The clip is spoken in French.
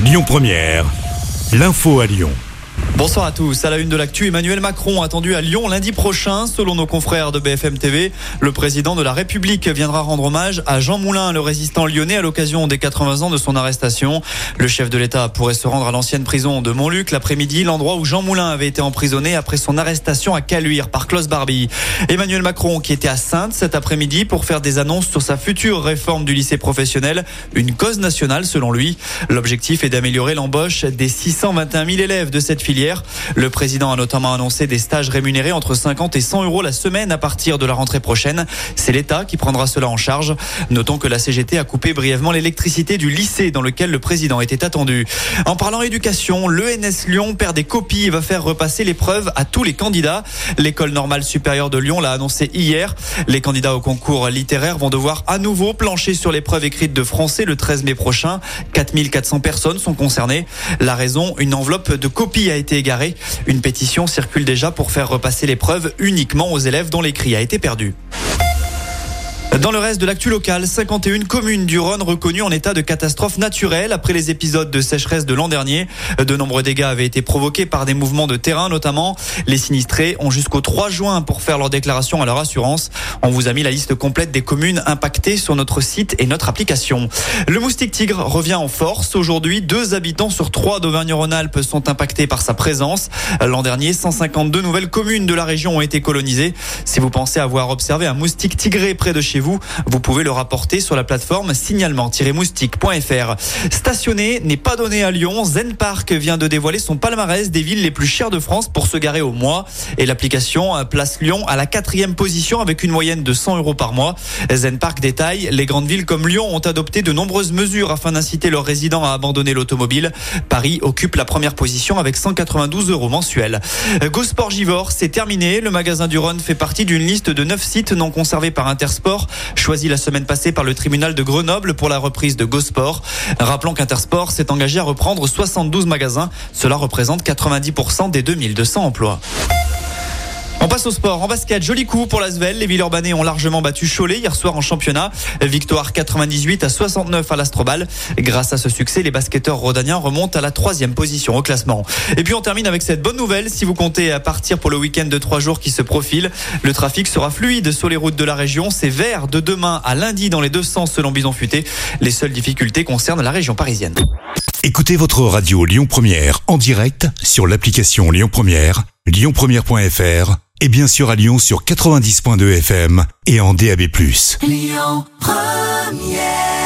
Lyon Première, l'info à Lyon. Bonsoir à tous. À la une de l'actu, Emmanuel Macron attendu à Lyon lundi prochain. Selon nos confrères de BFM TV, le président de la République viendra rendre hommage à Jean Moulin, le résistant lyonnais, à l'occasion des 80 ans de son arrestation. Le chef de l'État pourrait se rendre à l'ancienne prison de Montluc l'après-midi, l'endroit où Jean Moulin avait été emprisonné après son arrestation à Caluire par Klaus Barbie. Emmanuel Macron qui était à Saintes cet après-midi pour faire des annonces sur sa future réforme du lycée professionnel, une cause nationale selon lui. L'objectif est d'améliorer l'embauche des 621 000 élèves de cette filière. Le président a notamment annoncé des stages rémunérés entre 50 et 100 € la semaine à partir de la rentrée prochaine. C'est l'État qui prendra cela en charge. Notons que la CGT a coupé brièvement l'électricité du lycée dans lequel le président était attendu. En parlant éducation, l'ENS Lyon perd des copies et va faire repasser l'épreuve à tous les candidats. L'école normale supérieure de Lyon l'a annoncé hier. Les candidats au concours littéraire vont devoir à nouveau plancher sur l'épreuve écrite de français le 13 mai prochain. 4400 personnes sont concernées. La raison, une enveloppe de copies a été égarée. Une pétition circule déjà pour faire repasser l'épreuve uniquement aux élèves dont l'écrit a été perdu. Dans le reste de l'actu locale, 51 communes du Rhône reconnues en état de catastrophe naturelle après les épisodes de sécheresse de l'an dernier. De nombreux dégâts avaient été provoqués par des mouvements de terrain notamment. Les sinistrés ont jusqu'au 3 juin pour faire leur déclaration à leur assurance. On vous a mis la liste complète des communes impactées sur notre site et notre application. Le moustique tigre revient en force. Aujourd'hui, 2 habitants sur 3 d'Auvergne-Rhône-Alpes sont impactés par sa présence. L'an dernier, 152 nouvelles communes de la région ont été colonisées. Si vous pensez avoir observé un moustique tigré près de chez vous pouvez le rapporter sur la plateforme signalement-moustique.fr. Stationner n'est pas donné à Lyon. Zen Park vient de dévoiler son palmarès des villes les plus chères de France pour se garer au mois. Et l'application place Lyon à la 4e position avec une moyenne de 100 € par mois. Zen Park détaille, les grandes villes comme Lyon ont adopté de nombreuses mesures afin d'inciter leurs résidents à abandonner l'automobile. Paris occupe la première position avec 192 € mensuels. Go-Sport Givors, c'est terminé. Le magasin du Rhône fait partie d'une liste de 9 sites non conservés par Intersport, choisi la semaine passée par le tribunal de Grenoble pour la reprise de GoSport. Rappelons qu'Intersport s'est engagé à reprendre 72 magasins. Cela représente 90% des 2200 emplois. On passe au sport. En basket, joli coup pour l'Asvel. Les Villeurbanais ont largement battu Cholet hier soir en championnat. Victoire 98-69 à l'Astrobal. Grâce à ce succès, les basketteurs rhodaniens remontent à la 3e position au classement. Et puis on termine avec cette bonne nouvelle. Si vous comptez partir pour le week-end de 3 jours qui se profile, le trafic sera fluide sur les routes de la région. C'est vert de demain à lundi dans les deux sens selon Bison Futé. Les seules difficultés concernent la région parisienne. Écoutez votre radio Lyon Première en direct sur l'application Lyon Première, lyonpremière.fr et bien sûr à Lyon sur 90.2 FM et en DAB+. Lyon Première.